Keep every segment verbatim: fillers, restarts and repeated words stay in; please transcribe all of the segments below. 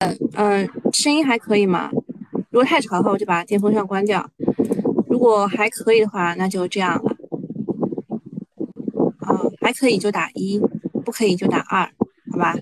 嗯、呃声音还可以吗？如果太吵的话，我就把电风扇关掉。如果还可以的话，那就这样了。啊、还可以就打一，不可以就打二，好吧？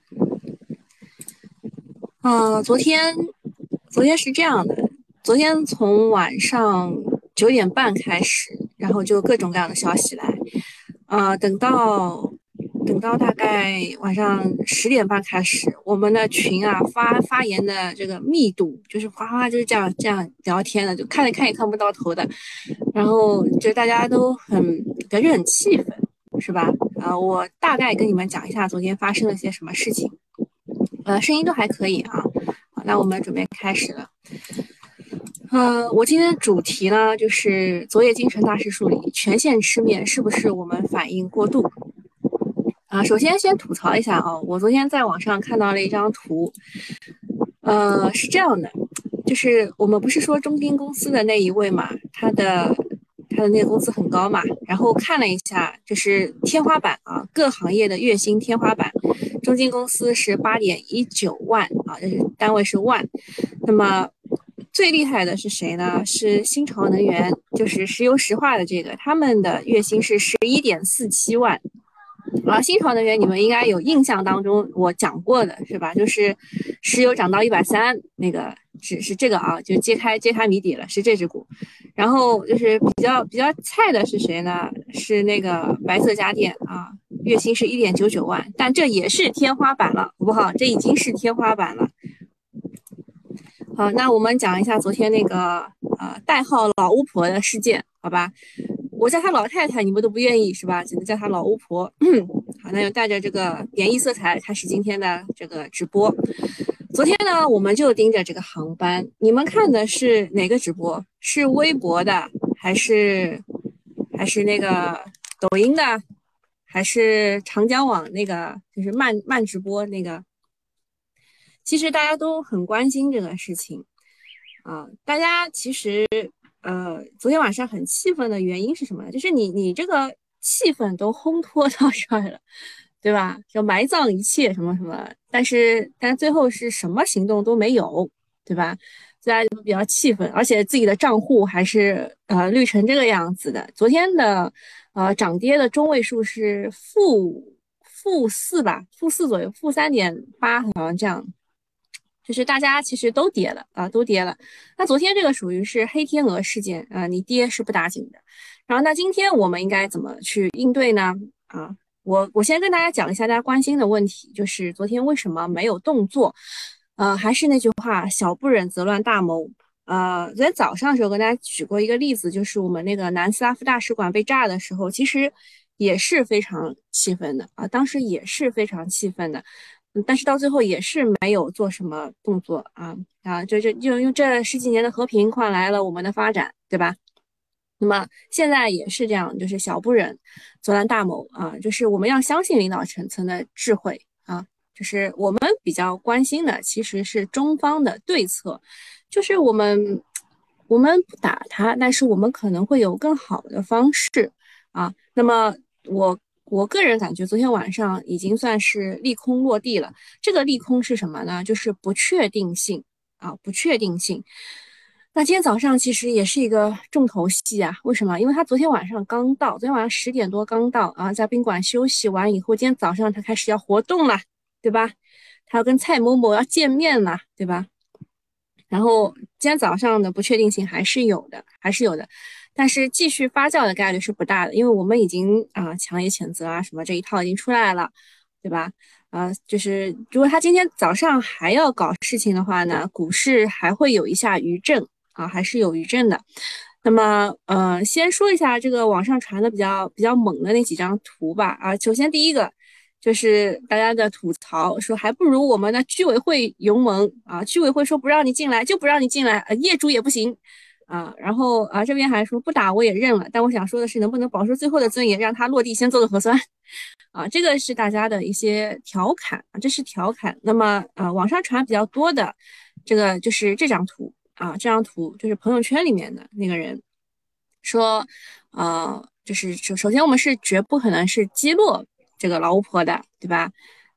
嗯、昨天，昨天是这样的，昨天从晚上九点半开始，然后就各种各样的消息来，啊、等到等到大概晚上十点半开始，我们的群啊发发言的这个密度就是哗哗就是这样这样聊天的，就看也看也看不到头的，然后就大家都很感觉很气愤，是吧？啊、我大概跟你们讲一下昨天发生了些什么事情。呃，声音都还可以啊。好，那我们准备开始了。呃，我今天的主题呢，就是昨夜京城大师树里全线吃面是不是我们反应过度啊？首先先吐槽一下啊，我昨天在网上看到了一张图，呃，是这样的，就是我们不是说中金公司的那一位嘛，他的他的那个工资很高嘛，然后看了一下，就是天花板啊，各行业的月薪天花板，中金公司是八点一九万啊，就是单位是万，那么最厉害的是谁呢？是新潮能源，就是石油石化的这个，他们的月薪是十一点四七万。啊，新潮能源你们应该有印象当中我讲过的是吧？就是石油涨到一百三，那个是是这个啊，就揭开揭开谜底了，是这只股。然后就是比较比较菜的是谁呢？是那个白色家电啊，月薪是一点九九万，但这也是天花板了，好不好？这已经是天花板了。好，那我们讲一下昨天那个呃代号老巫婆的事件，好吧？我叫她老太太，你们都不愿意是吧？只能叫她老巫婆。好，那就带着这个贬义色彩开始今天的这个直播。昨天呢，我们就盯着这个航班，你们看的是哪个直播？是微博的，还是还是那个抖音的，还是长江网那个就是慢慢直播那个？其实大家都很关心这个事情。啊，大家其实呃，昨天晚上很气愤的原因是什么呢？就是你你这个气氛都烘托到这儿了，对吧？就埋葬一切什么什么，但是但是最后是什么行动都没有，对吧？大家就比较气愤，而且自己的账户还是呃绿成这个样子的。昨天的呃涨跌的中位数是负负四吧，负四左右，负三点八，好像这样。就是大家其实都跌了啊，都跌了。那昨天这个属于是黑天鹅事件啊，你跌是不打紧的。然后那今天我们应该怎么去应对呢？啊，我我先跟大家讲一下大家关心的问题，就是昨天为什么没有动作？呃，还是那句话，小不忍则乱大谋。呃，昨天早上的时候跟大家举过一个例子，就是我们那个南斯拉夫大使馆被炸的时候，其实也是非常气愤的啊，当时也是非常气愤的。嗯但是到最后也是没有做什么动作啊啊，就就就用这十几年的和平换来了我们的发展，对吧？那么现在也是这样，就是小不忍则乱大谋啊，就是我们要相信领导层层的智慧啊，就是我们比较关心的其实是中方的对策，就是我们我们不打他，但是我们可能会有更好的方式啊。那么我我个人感觉，昨天晚上已经算是利空落地了。这个利空是什么呢？就是不确定性啊，不确定性。那今天早上其实也是一个重头戏啊，为什么？因为他昨天晚上刚到，昨天晚上十点多刚到啊，在宾馆休息完以后，今天早上他开始要活动了，对吧？他要跟蔡某某要见面了，对吧？然后今天早上的不确定性还是有的，还是有的，但是继续发酵的概率是不大的，因为我们已经啊、呃强烈谴责啊什么这一套已经出来了，对吧？啊、呃就是如果他今天早上还要搞事情的话呢，股市还会有一下余震啊，还是有余震的。那么，呃，先说一下这个网上传的比较比较猛的那几张图吧。啊，首先第一个就是大家的吐槽，说还不如我们的居委会勇猛啊，居委会说不让你进来就不让你进来，呃，业主也不行啊。然后啊，这边还说不打我也认了，但我想说的是，能不能保住最后的尊严，让他落地先做个核酸啊？这个是大家的一些调侃啊，这是调侃。那么，呃，网上传比较多的这个就是这张图。啊，这张图就是朋友圈里面的那个人说，呃，就是首首先我们是绝不可能是击落这个老巫婆的，对吧？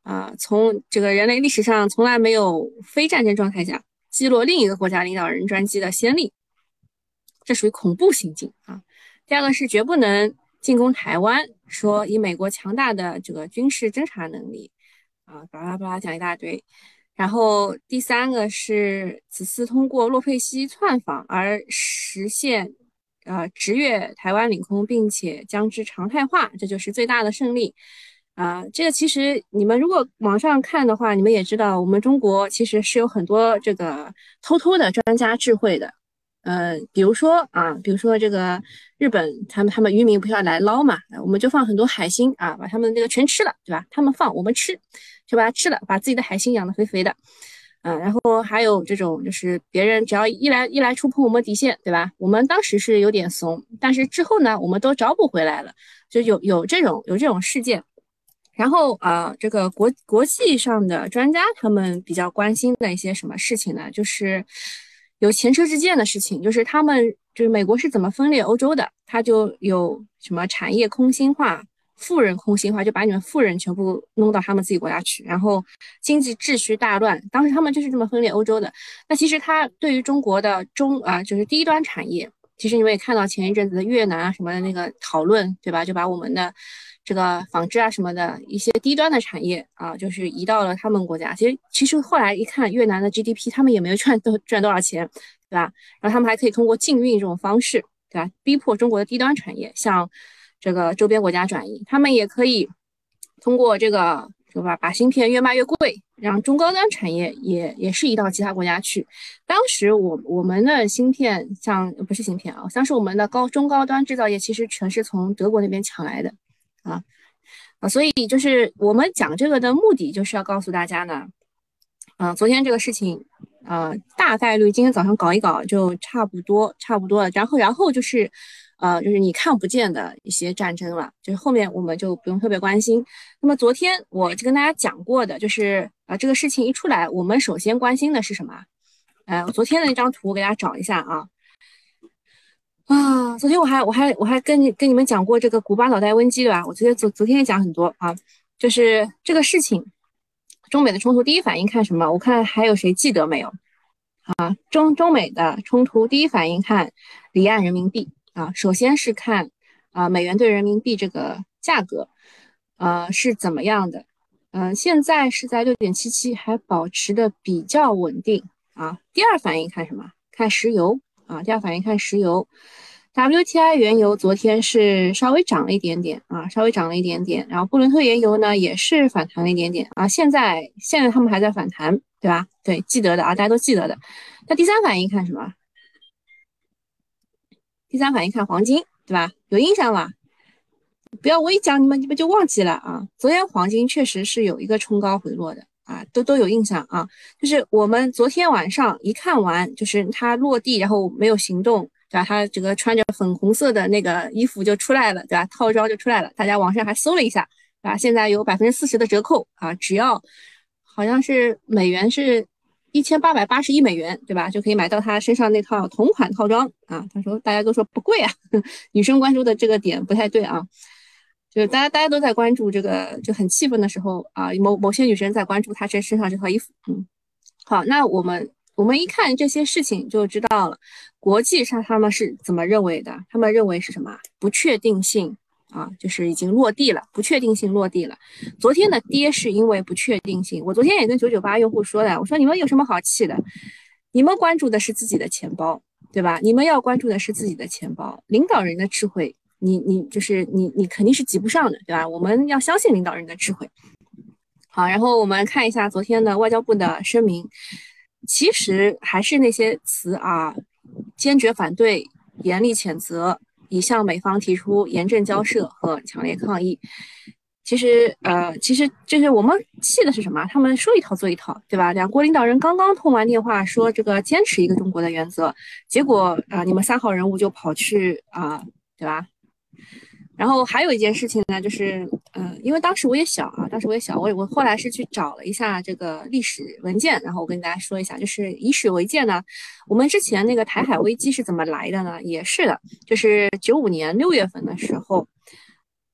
啊，从这个人类历史上从来没有非战争状态下击落另一个国家领导人专机的先例，这属于恐怖行径啊。第二个是绝不能进攻台湾，说以美国强大的这个军事侦察能力啊，巴拉巴拉讲一大堆。然后第三个是此次通过洛佩西窜访而实现呃直越台湾领空，并且将之常态化，这就是最大的胜利。啊、这个其实你们如果网上看的话，你们也知道，我们中国其实是有很多这个偷偷的专家智慧的。呃，比如说啊，比如说这个日本，他们他们渔民不是要来捞嘛，我们就放很多海星啊，把他们这个全吃了，对吧？他们放我们吃，就把它吃了，把自己的海星养得肥肥的。啊，然后还有这种就是别人只要一来一来触碰我们底线，对吧？我们当时是有点怂，但是之后呢，我们都找补回来了，就有有这种有这种事件。然后啊、呃这个国国际上的专家他们比较关心的一些什么事情呢？就是有前车之鉴的事情，就是他们就是美国是怎么分裂欧洲的，他就有什么产业空心化、富人空心化，就把你们富人全部弄到他们自己国家去，然后经济秩序大乱。当时他们就是这么分裂欧洲的。那其实他对于中国的中啊、就是低端产业。其实你们也看到前一阵子的越南啊什么的那个讨论，对吧？就把我们的这个纺织啊什么的一些低端的产业啊，就是移到了他们国家。其实其实后来一看越南的 G D P，他们也没有赚多赚多少钱，对吧？然后他们还可以通过禁运这种方式，对吧？逼迫中国的低端产业向这个周边国家转移。他们也可以通过这个，对吧？把芯片越卖越贵，让中高端产业也也是移到其他国家去。当时我我们的芯片像不是芯片啊，像是我们的高中高端制造业，其实全是从德国那边抢来的啊啊，所以就是我们讲这个的目的，就是要告诉大家呢，嗯、呃昨天这个事情，呃，大概率今天早上搞一搞就差不多差不多了，然后然后就是。呃，就是你看不见的一些战争了，就是后面我们就不用特别关心。那么昨天我就跟大家讲过的，就是啊、呃，这个事情一出来，我们首先关心的是什么？呃，我昨天的那张图我给大家找一下啊啊！昨天我还我还我还跟你跟你们讲过这个古巴脑袋瘟机对吧？我昨天昨昨天也讲很多啊，就是这个事情，中美的冲突第一反应看什么？我看还有谁记得没有？中中美的冲突第一反应看离岸人民币啊，首先是看啊美元对人民币这个价格，呃是怎么样的？嗯、呃，现在是在六点七七，还保持的比较稳定啊。第二反应看什么？看石油啊，第二反应看石油。W T I 原油昨天是稍微涨了一点点啊，稍微涨了一点点，然后布伦特原油呢也是反弹了一点点啊。现在现在他们还在反弹，对吧？对，记得的啊，大家都记得的。那第三反应看什么？第三反应看黄金，对吧？有印象吧？不要我一讲你们你们就忘记了啊！昨天黄金确实是有一个冲高回落的啊，都都有印象啊。就是我们昨天晚上一看完，就是它落地，然后没有行动，对吧？它这个穿着粉红色的那个衣服就出来了，对吧？套装就出来了，大家网上还搜了一下，对吧？现在有百分之四十的折扣啊，只要好像是美元是一千八百八十一美元，对吧？就可以买到他身上那套同款套装啊。他说大家都说不贵啊，女生关注的这个点不太对啊。就是大家大家都在关注这个，就很气愤的时候啊，某某些女生在关注她这身上这套衣服。嗯，好，那我们我们一看这些事情就知道了，国际上他们是怎么认为的？他们认为是什么？不确定性啊，就是已经落地了，不确定性落地了。昨天的跌是因为不确定性。我昨天也跟九九八用户说的，我说你们有什么好气的？你们关注的是自己的钱包，对吧？你们要关注的是自己的钱包，领导人的智慧。你你就是你你肯定是及不上的，对吧？我们要相信领导人的智慧。好，然后我们看一下昨天的外交部的声明，其实还是那些词啊，坚决反对、严厉谴责，已向美方提出严正交涉和强烈抗议。其实，呃，其实就是我们气的是什么？他们说一套做一套，对吧？两国领导人刚刚通完电话，说这个坚持一个中国的原则，结果啊、呃，你们三号人物就跑去啊、呃，对吧？然后还有一件事情呢，就是，呃，因为当时我也小啊，当时我也小，我我后来是去找了一下这个历史文件，然后我跟大家说一下，就是以史为鉴呢，我们之前那个台海危机是怎么来的呢？也是的，就是九五年六月份的时候，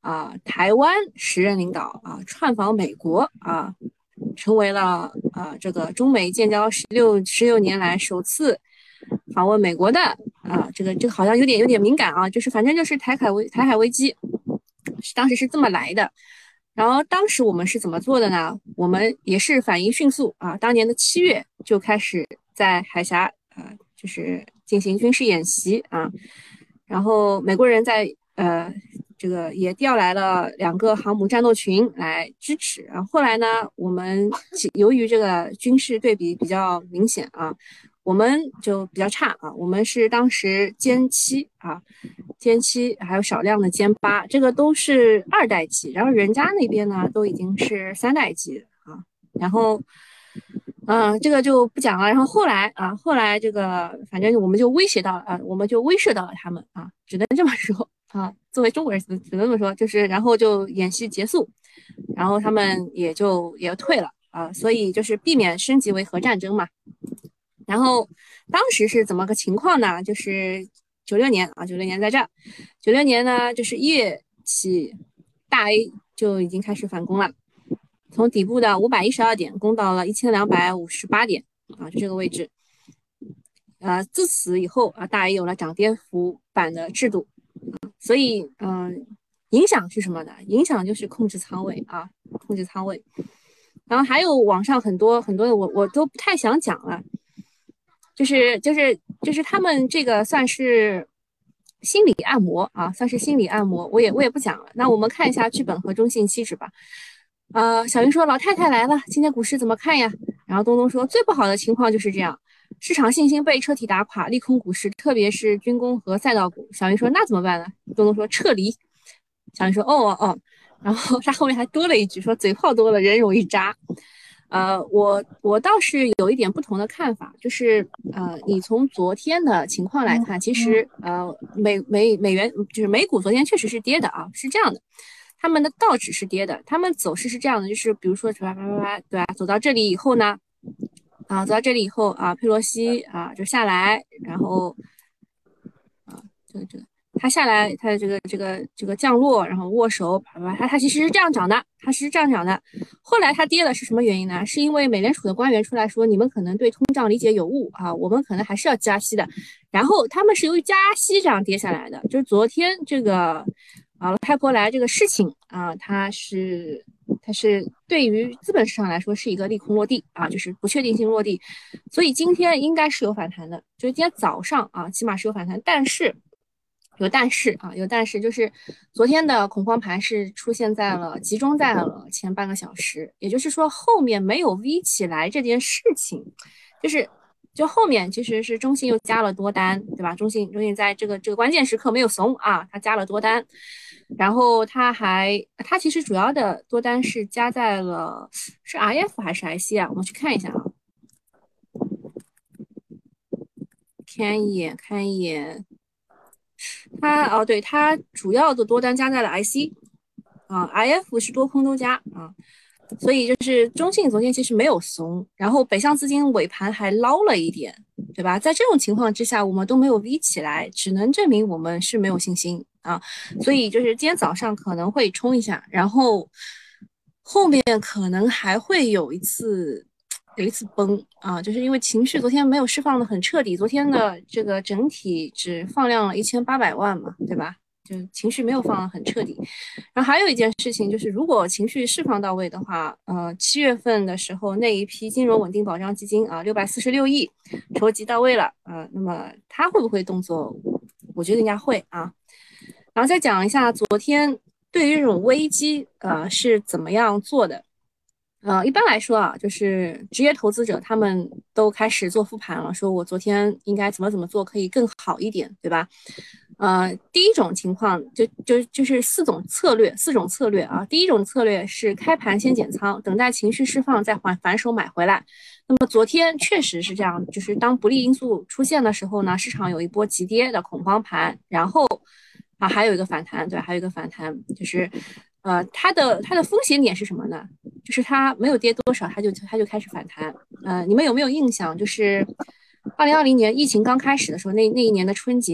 啊，台湾时任领导啊串访美国啊，成为了啊这个中美建交十六十六年来首次访问美国的啊，这个这个好像有点有点敏感啊，就是反正就是台海危台海危机，是当时是这么来的。然后当时我们是怎么做的呢？我们也是反应迅速啊，当年的七月就开始在海峡啊，就是进行军事演习啊，然后美国人在呃这个也调来了两个航母战斗群来支持。然后后来呢，我们由于这个军事对比比较明显啊，我们就比较差啊，我们是当时歼七啊，歼七还有少量的歼八，这个都是二代机，然后人家那边呢都已经是三代机啊，然后。嗯、呃，这个就不讲了。然后后来啊，后来这个反正我们就威胁到啊，我们就威慑到了他们啊，只能这么说啊。作为中国人，只能这么说，就是然后就演习结束，然后他们也就也退了啊，所以就是避免升级为核战争嘛。然后当时是怎么个情况呢？就是九六年啊，九六年在这儿，九六年呢就是一月起，大 A 就已经开始反攻了。从底部的五百一十二点攻到了一千两百五十八点啊，就这个位置。呃，自此以后啊，大 A 有了涨跌幅板的制度啊，所以嗯、呃，影响是什么呢？影响就是控制仓位啊，控制仓位。然后还有网上很多很多的我我都不太想讲了，就是就是就是他们这个算是心理按摩啊，算是心理按摩，我也我也不讲了。那我们看一下剧本和中性期指吧。呃，小云说老太太来了，今天股市怎么看呀？然后东东说最不好的情况就是这样，市场信心被彻底打垮，利空股市，特别是军工和赛道股。小云说那怎么办呢？东东说撤离。小云说哦哦哦，然后他后面还多了一句说嘴炮多了人容易渣。呃，我我倒是有一点不同的看法，就是呃，你从昨天的情况来看，其实呃美美美元就是美股昨天确实是跌的啊，是这样的。他们的道指是跌的，他们走势是这样的，就是比如说啪啪啪啪，对吧？走到这里以后呢，啊，走到这里以后啊，佩洛西啊就下来，然后啊，这个这个他下来，他的这个这个这个降落，然后握手，啪啪，他他其实是这样涨的，他是这样涨的。后来他跌了是什么原因呢？是因为美联储的官员出来说，你们可能对通胀理解有误啊，我们可能还是要加息的。然后他们是由于加息这样跌下来的，就是昨天这个。啊，开波来这个事情啊，它是它是对于资本市场来说是一个利空落地啊，就是不确定性落地，所以今天应该是有反弹的，就是今天早上啊，起码是有反弹，但是有但是啊，有但是就是昨天的恐慌盘是出现在了集中在了前半个小时，也就是说后面没有 V 起来这件事情，就是。就后面其实是中信又加了多单，对吧？中信中信在这个这个关键时刻没有怂啊，他加了多单，然后他还他其实主要的多单是加在了是 I F 还是 I C 啊？我们去看一下啊，看一眼看一眼，他哦对，他主要的多单加在了 I C 啊，I F 是多空都加啊。所以就是中信昨天其实没有怂，然后北向资金尾盘还捞了一点，对吧？在这种情况之下，我们都没有 V 起来，只能证明我们是没有信心啊。所以就是今天早上可能会冲一下，然后后面可能还会有一次有一次崩啊，就是因为情绪昨天没有释放的很彻底，昨天的这个整体只放量了一千八百万嘛，对吧？就情绪没有放得很彻底，然后还有一件事情就是，如果情绪释放到位的话，呃，七月份的时候那一批金融稳定保障基金啊，六百四十六亿筹集到位了啊、呃，那么它会不会动作？我觉得应该会啊。然后再讲一下昨天对于这种危机呃是怎么样做的。呃，一般来说啊，就是职业投资者他们都开始做复盘了，说我昨天应该怎么怎么做可以更好一点，对吧？呃，第一种情况就就就是四种策略，四种策略啊。第一种策略是开盘先减仓，等待情绪释放再还反手买回来。那么昨天确实是这样，就是当不利因素出现的时候呢，市场有一波急跌的恐慌盘，然后啊还有一个反弹，对，还有一个反弹，就是呃它的它的风险点是什么呢？就是它没有跌多少，它就它就开始反弹。呃，你们有没有印象？就是二零二零年疫情刚开始的时候，那那一年的春节，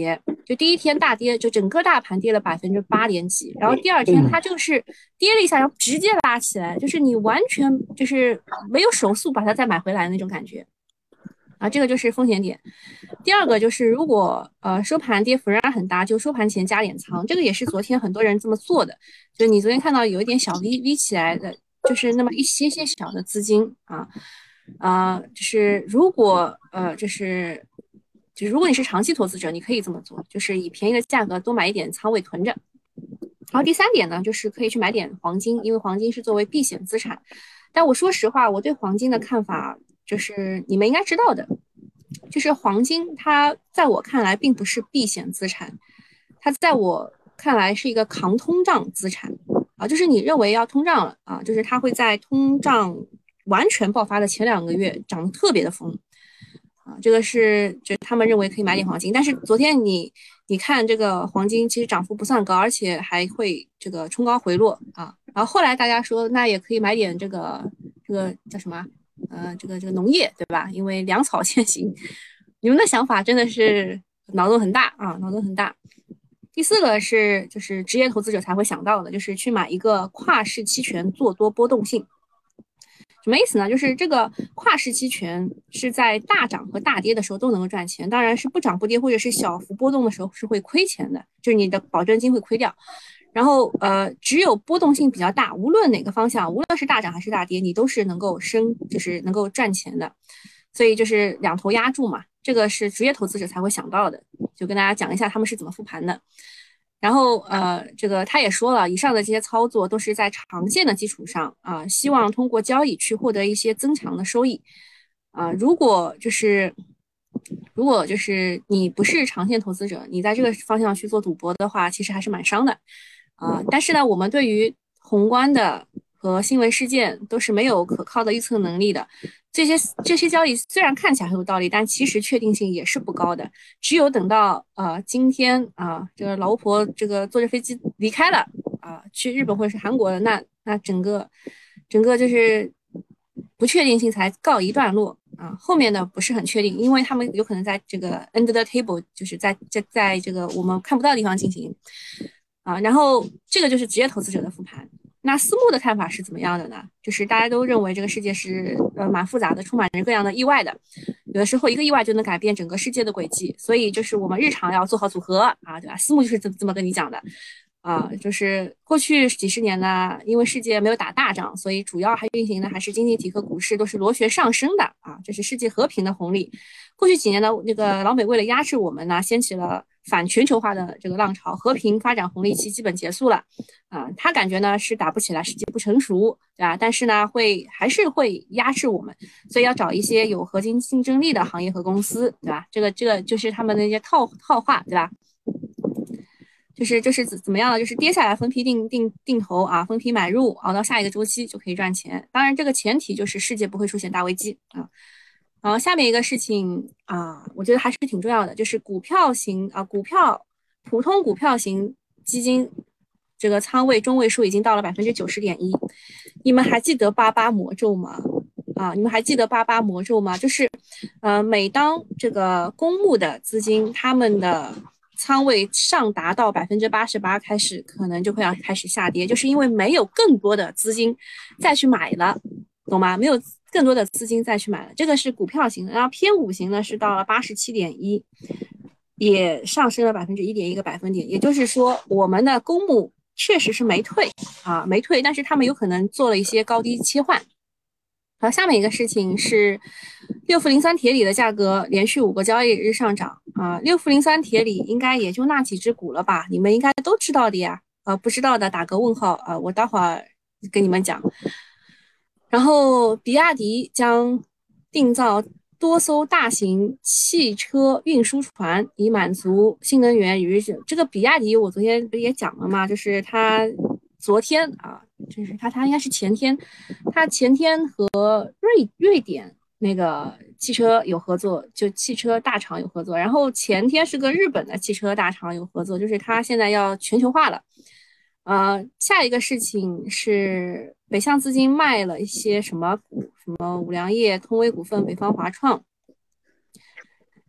就第一天大跌，就整个大盘跌了百分之八点几，然后第二天它就是跌了一下，然后直接拉起来，就是你完全就是没有手速把它再买回来的那种感觉。啊，这个就是风险点。第二个就是，如果呃收盘跌幅仍然很大，就收盘前加点仓，这个也是昨天很多人这么做的。就你昨天看到有一点小 V V 起来的，就是那么一些些小的资金啊啊、呃，就是如果呃就是就是如果你是长期投资者，你可以这么做，就是以便宜的价格多买一点仓位囤着。然后第三点呢，就是可以去买点黄金，因为黄金是作为避险资产。但我说实话，我对黄金的看法就是你们应该知道的，就是黄金它在我看来并不是避险资产，它在我看来是一个抗通胀资产啊，就是你认为要通胀了啊，就是它会在通胀完全爆发的前两个月涨得特别的疯。啊，这个是就他们认为可以买点黄金，但是昨天你你看这个黄金其实涨幅不算高，而且还会这个冲高回落啊。然后后来大家说那也可以买点这个这个叫什么呃这个这个农业对吧？因为粮草先行。你们的想法真的是脑洞很大啊，脑洞很大。第四个是就是职业投资者才会想到的，就是去买一个跨市期权做多波动性。什么意思呢？就是这个跨市期权是在大涨和大跌的时候都能够赚钱，当然是不涨不跌或者是小幅波动的时候是会亏钱的，就是你的保证金会亏掉。然后呃，只有波动性比较大，无论哪个方向，无论是大涨还是大跌，你都是能够升，就是能够赚钱的。所以就是两头压住嘛，这个是职业投资者才会想到的。就跟大家讲一下他们是怎么复盘的。然后呃，这个他也说了，以上的这些操作都是在长线的基础上啊、呃，希望通过交易去获得一些增强的收益啊、呃。如果就是如果就是你不是长线投资者，你在这个方向去做赌博的话，其实还是蛮伤的啊、呃。但是呢，我们对于宏观的和新闻事件都是没有可靠的预测能力的。这些这些交易虽然看起来很有道理，但其实确定性也是不高的。只有等到呃今天啊、呃，这个老婆这个坐着飞机离开了啊、呃，去日本或者是韩国了，那那整个整个就是不确定性才告一段落啊。后面的不是很确定，因为他们有可能在这个 under the table，就是在在在这个我们看不到的地方进行啊。然后这个就是职业投资者的复盘。那私募的看法是怎么样的呢？就是大家都认为这个世界是呃蛮复杂的，充满着各样的意外的，有的时候一个意外就能改变整个世界的轨迹，所以就是我们日常要做好组合啊，对吧？私募就是这这么跟你讲的啊，就是过去几十年呢，因为世界没有打大仗，所以主要还运行的还是经济体和股市都是螺旋上升的啊，这是世界和平的红利。过去几年呢，那个老美为了压制我们呢，掀起了反全球化的这个浪潮，和平发展红利期基本结束了。啊，他感觉呢是打不起来，时机不成熟，对吧？但是呢，会还是会压制我们，所以要找一些有核心竞争力的行业和公司，对吧？这个这个就是他们的那些套套话，对吧？就是就是怎怎么样呢？就是跌下来分批定定定投啊，分批买入，熬到下一个周期就可以赚钱。当然，这个前提就是世界不会出现大危机啊。然后下面一个事情啊，我觉得还是挺重要的，就是股票型啊，股票普通股票型基金这个仓位中位数已经到了百分之九十点一。你们还记得八八魔咒吗？啊，你们还记得八八魔咒吗？就是，呃，每当这个公募的资金他们的仓位上达到百分之八十八开始，可能就会要开始下跌，就是因为没有更多的资金再去买了，懂吗？没有更多的资金再去买了，这个是股票型的，然后偏五型呢是到了八十七点一，也上升了百分之一点一个百分点，也就是说我们的公募确实是没退啊，没退，但是他们有可能做了一些高低切换。好，下面一个事情是六氟磷酸铁锂的价格连续五个交易日上涨啊，六氟磷酸铁锂应该也就那几只股了吧？你们应该都知道的呀，呃，不知道的打个问号啊，我待会儿跟你们讲。然后，比亚迪将定造多艘大型汽车运输船，以满足新能源与日这个比亚迪，我昨天不是也讲了嘛，就是它昨天啊，就是它它应该是前天，它前天和瑞瑞典那个汽车有合作，就汽车大厂有合作，然后前天是跟日本的汽车大厂有合作，就是它现在要全球化了。呃，下一个事情是北向资金卖了一些什么股，什么五粮液、通威股份、北方华创。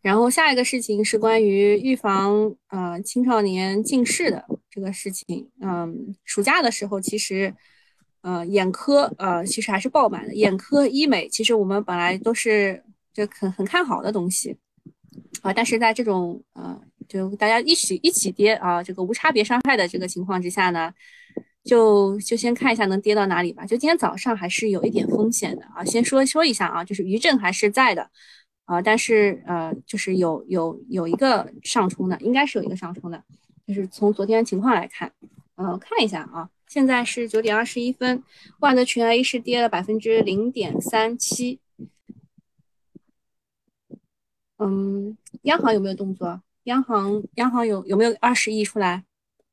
然后下一个事情是关于预防呃青少年近视的这个事情。嗯，暑假的时候其实呃眼科呃其实还是爆满的，眼科医美其实我们本来都是就很很看好的东西啊，但是在这种呃就大家一起一起跌啊，这个无差别伤害的这个情况之下呢，就就先看一下能跌到哪里吧。就今天早上还是有一点风险的啊，先说说一下啊，就是余震还是在的。啊、呃但是呃，就是有有有一个上冲的，应该是有一个上冲的，就是从昨天的情况来看，呃，看一下啊，现在是九点二十一分，万德全 A 是跌了百分之零点三七。嗯，央行有没有动作？央行央行有有没有二十亿出来？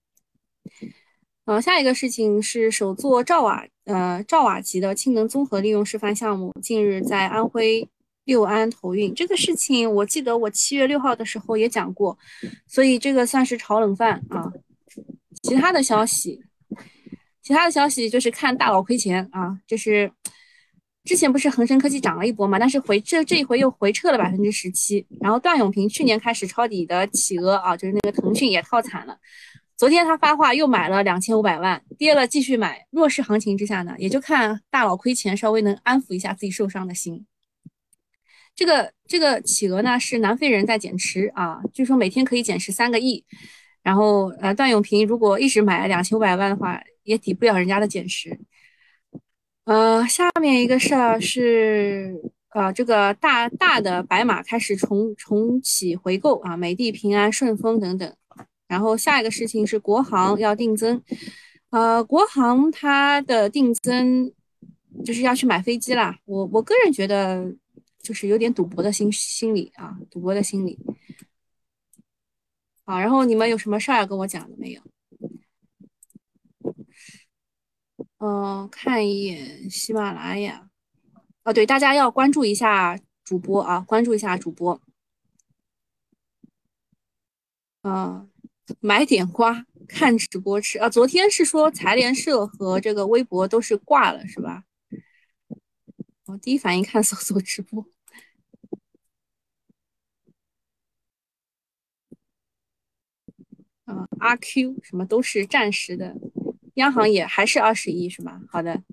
呃，下一个事情是首座兆瓦呃兆瓦级的氢能综合利用示范项目，近日在安徽六安投运。这个事情我记得我七月六号的时候也讲过，所以这个算是炒冷饭啊。其他的消息，其他的消息就是看大佬亏钱啊，就是之前不是恒生科技涨了一波嘛，但是回这这一回又回撤了百分之十七。然后段永平去年开始抄底的企鹅啊，就是那个腾讯也套惨了。昨天他发话又买了两千五百万，跌了继续买。弱势行情之下呢，也就看大佬亏钱，稍微能安抚一下自己受伤的心。这个这个企鹅呢是南非人在减持啊，据说每天可以减持三个亿。然后呃，段永平如果一直买两千五百万的话，也抵不了人家的减持。呃，下面一个事儿是呃，这个大大的白马开始重重启回购啊，美的、平安、顺丰等等。然后下一个事情是国航要定增，呃，国航它的定增就是要去买飞机啦。我我个人觉得就是有点赌博的心心理啊，赌博的心理。好，然后你们有什么事儿要跟我讲的没有？嗯、呃看一眼喜马拉雅。哦，对，大家要关注一下主播啊，关注一下主播。嗯、买点瓜，看直播吃啊。昨天是说财联社和这个微博都是挂了，是吧？我第一反应看搜索直播。啊、阿 Q 什么都是暂时的，央行也还是二十亿是吧？好的。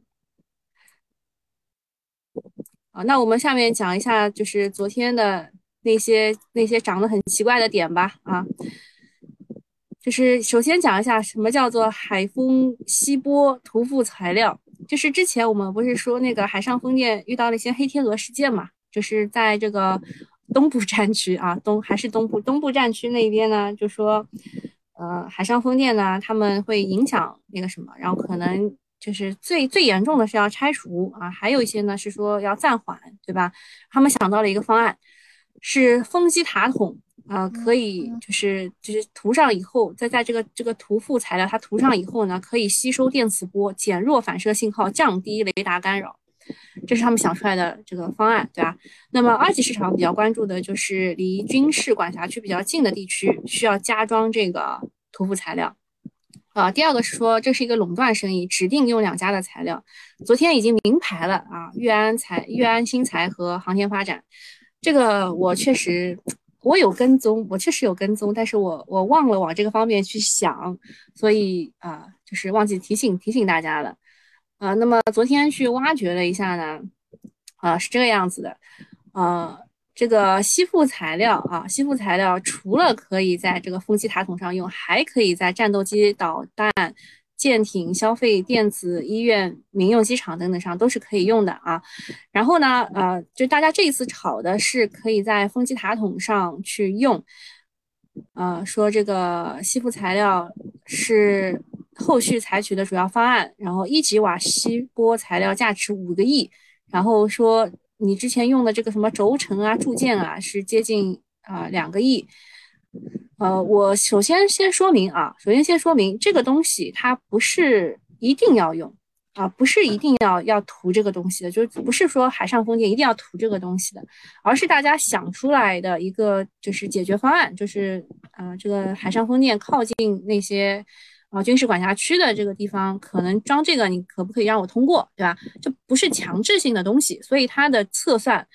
啊，那我们下面讲一下，就是昨天的那些那些长得很奇怪的点吧。啊，就是首先讲一下什么叫做海丰稀波涂覆材料。就是之前我们不是说那个海上风电遇到了一些黑天鹅事件嘛，就是在这个东部战区啊，东还是东部东部战区那边呢，就说呃海上风电呢他们会影响那个什么，然后可能就是最最严重的是要拆除啊，还有一些呢是说要暂缓，对吧？他们想到了一个方案，是风机塔筒。呃，可以就是就是涂上以后，再在这个这个涂覆材料它涂上以后呢，可以吸收电磁波，减弱反射信号，降低雷达干扰。这是他们想出来的这个方案，对吧？那么二级市场比较关注的就是离军事管辖区比较近的地区，需要加装这个涂覆材料。啊，第二个是说这是一个垄断生意，指定用两家的材料。昨天已经明牌了啊，粤安材、粤安新材和航天发展。这个我确实我有跟踪，我确实有跟踪，但是我我忘了往这个方面去想，所以啊、呃就是忘记提醒提醒大家了。啊、那么昨天去挖掘了一下呢，啊、是这个样子的。呃，这个吸附材料啊，吸附材料除了可以在这个风机塔筒上用，还可以在战斗机、导弹、舰艇、消费电子、医院、民用机场等等上都是可以用的啊。然后呢，呃，就大家这一次炒的是可以在风机塔筒上去用，呃，说这个吸附材料是后续采取的主要方案，然后一级瓦吸波材料价值五个亿，然后说你之前用的这个什么轴承啊、铸件啊是接近啊两、个亿。呃，我首先先说明啊，首先先说明这个东西它不是一定要用啊，不是一定要要涂这个东西的，就是不是说海上风电一定要涂这个东西的，而是大家想出来的一个就是解决方案，就是呃这个海上风电靠近那些呃军事管辖区的这个地方，可能装这个你可不可以让我通过，对吧？这不是强制性的东西，所以它的测算。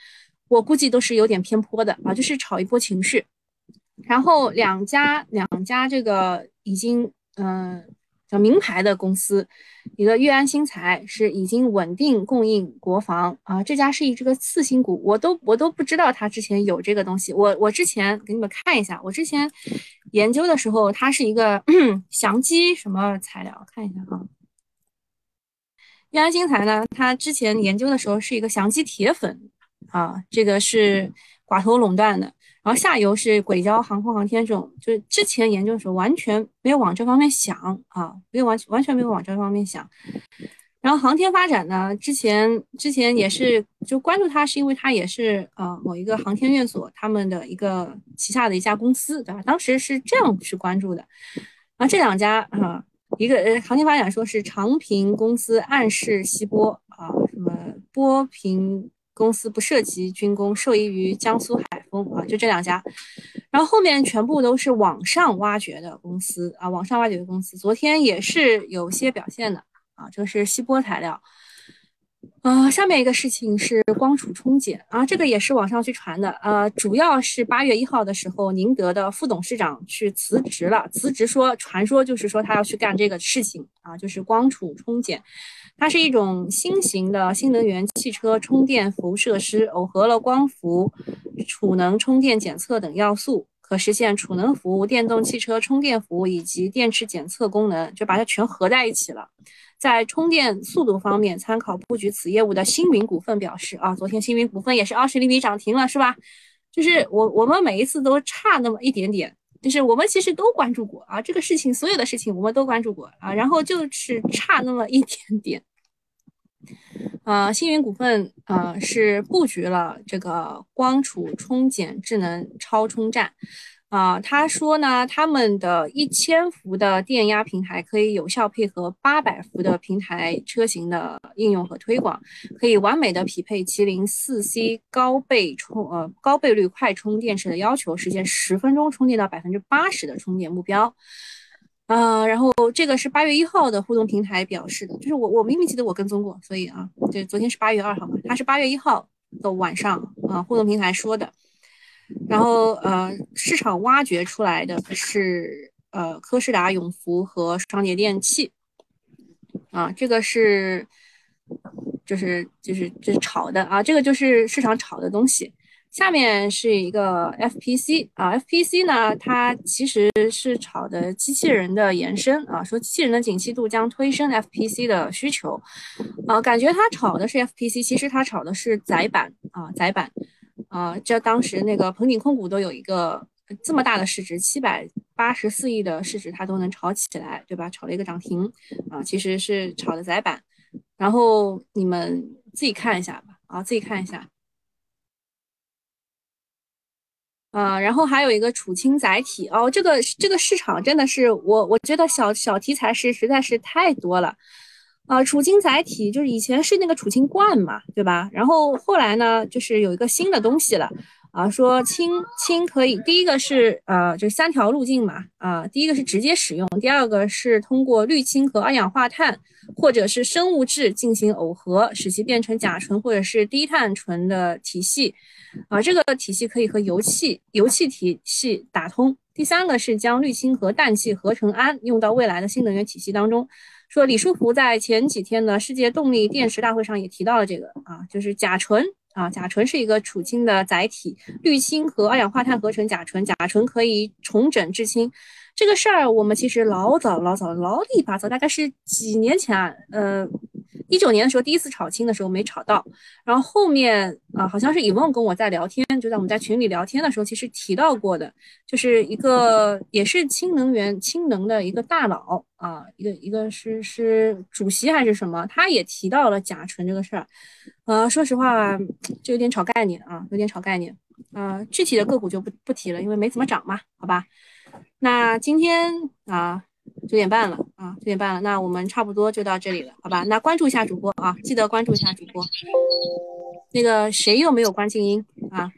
我估计都是有点偏颇的啊，就是炒一波情绪。然后两家两家这个已经嗯、呃、叫名牌的公司，一个粤安新材是已经稳定供应国防啊，这家是一这个次新股，我都我都不知道它之前有这个东西。我我之前给你们看一下，我之前研究的时候，它是一个祥基什么材料，看一下啊。粤安新材呢，它之前研究的时候是一个祥基铁粉啊，这个是寡头垄断的，然后下游是轨交航空航天这种，就是之前研究的时候完全没有往这方面想啊，没有完完全没有往这方面想。然后航天发展呢，之前之前也是就关注它，是因为它也是呃某一个航天院所他们的一个旗下的一家公司，对吧？当时是这样去关注的。然后这两家啊，一个呃航天发展说是长平公司暗示西波啊，什么波平公司不涉及军工，受益于江苏海丰啊，就这两家。然后后面全部都是网上挖掘的公司啊，网上挖掘的公司，昨天也是有些表现的。啊，这是锡箔材料。呃，下面一个事情是光储冲减啊，这个也是网上去传的。呃，主要是八月一号的时候，宁德的副董事长去辞职了，辞职说传说就是说他要去干这个事情啊，就是光储冲减。它是一种新型的新能源汽车充电服务设施，耦合了光伏、储能、充电检测等要素，可实现储能服务、电动汽车充电服务以及电池检测功能，就把它全合在一起了。在充电速度方面，参考布局此业务的星云股份表示啊，昨天星云股份也是二十厘米涨停了，是吧？就是我我们每一次都差那么一点点，就是我们其实都关注过啊，这个事情所有的事情我们都关注过啊，然后就是差那么一点点。呃，星云股份呃是布局了这个光储充减智能超充站。啊、呃，他说呢，他们的一千伏的电压平台可以有效配合八百伏的平台车型的应用和推广，可以完美的匹配麒麟四 C 高倍充呃高倍率快充电池的要求，实现十分钟充电到百分之八十的充电目标。啊、呃，然后这个是八月一号的互动平台表示的，就是我我明明记得我跟踪过，所以啊，对，昨天是八月二号嘛，他是八月一号的晚上啊、呃，互动平台说的。然后呃，市场挖掘出来的是呃科士达永福和双节电器啊，这个是就是就是就是炒的啊，这个就是市场炒的东西。下面是一个 F P C 啊，F P C 呢，它其实是炒的机器人的延伸啊，说机器人的景气度将推升 F P C 的需求啊，感觉它炒的是 F P C，其实它炒的是载板啊，载板。啊，这当时那个鹏鼎控股都有一个这么大的市值，七百八十四亿的市值，它都能炒起来，对吧？炒了一个涨停，啊，其实是炒的窄板。然后你们自己看一下吧，啊，自己看一下。啊，然后还有一个储氢载体哦，这个这个市场真的是我我觉得小小题材是实在是太多了。啊，储氢载体就是以前是那个储氢罐嘛，对吧？然后后来呢，就是有一个新的东西了。啊，说氢氢可以，第一个是呃，就三条路径嘛。啊，第一个是直接使用，第二个是通过氯氢和二氧化碳或者是生物质进行耦合，使其变成甲醇或者是低碳醇的体系。啊，这个体系可以和油气油气体系打通。第三个是将氯氢和氮气合成氨用到未来的新能源体系当中。说李书福在前几天的世界动力电池大会上也提到了这个啊，就是甲醇啊，甲醇是一个储氢的载体，氯氢和二氧化碳合成甲醇，甲醇可以重整制氢。这个事儿我们其实老早老早老里八早，大概是几年前啊，呃，一九年的时候第一次炒氢的时候没炒到，然后后面啊、呃，好像是以梦跟我在聊天，就在我们在群里聊天的时候，其实提到过的，就是一个也是氢能源氢能的一个大佬啊，一个一个是是主席还是什么，他也提到了甲醇这个事儿。呃，说实话，就有点炒概念啊，有点炒概念。呃，具体的个股就不不提了，因为没怎么涨嘛，好吧。那今天啊，九点半了啊，九点半了，那我们差不多就到这里了，好吧？那关注一下主播啊，记得关注一下主播。那个谁又没有关静音啊？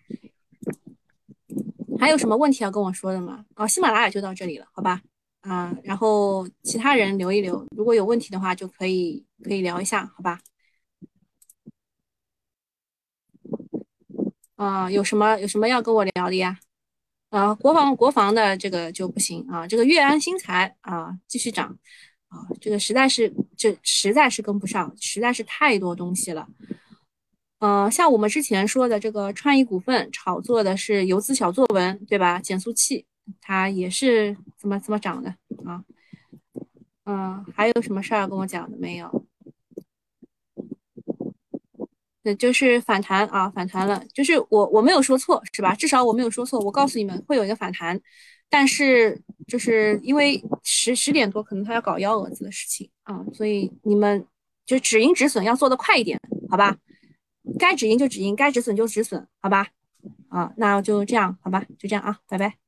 还有什么问题要跟我说的吗？哦，喜马拉雅就到这里了，好吧？啊，然后其他人留一留，如果有问题的话就可以可以聊一下，好吧？ 啊、有什么有什么要跟我聊的呀？啊，国防国防的这个就不行啊，这个粤安新材啊继续涨啊，这个实在是这实在是跟不上，实在是太多东西了。呃，像我们之前说的这个创意股份炒作的是游资小作文，对吧？减速器它也是怎么怎么涨的啊？嗯，还有什么事儿要跟我讲的没有？那就是反弹啊，反弹了，就是我我没有说错是吧？至少我没有说错，我告诉你们会有一个反弹，但是就是因为十十点多可能他要搞幺蛾子的事情啊，所以你们就止盈止损要做得快一点，好吧？该止盈就止盈，该止损就止损，好吧？啊，那就这样，好吧？就这样啊，拜拜。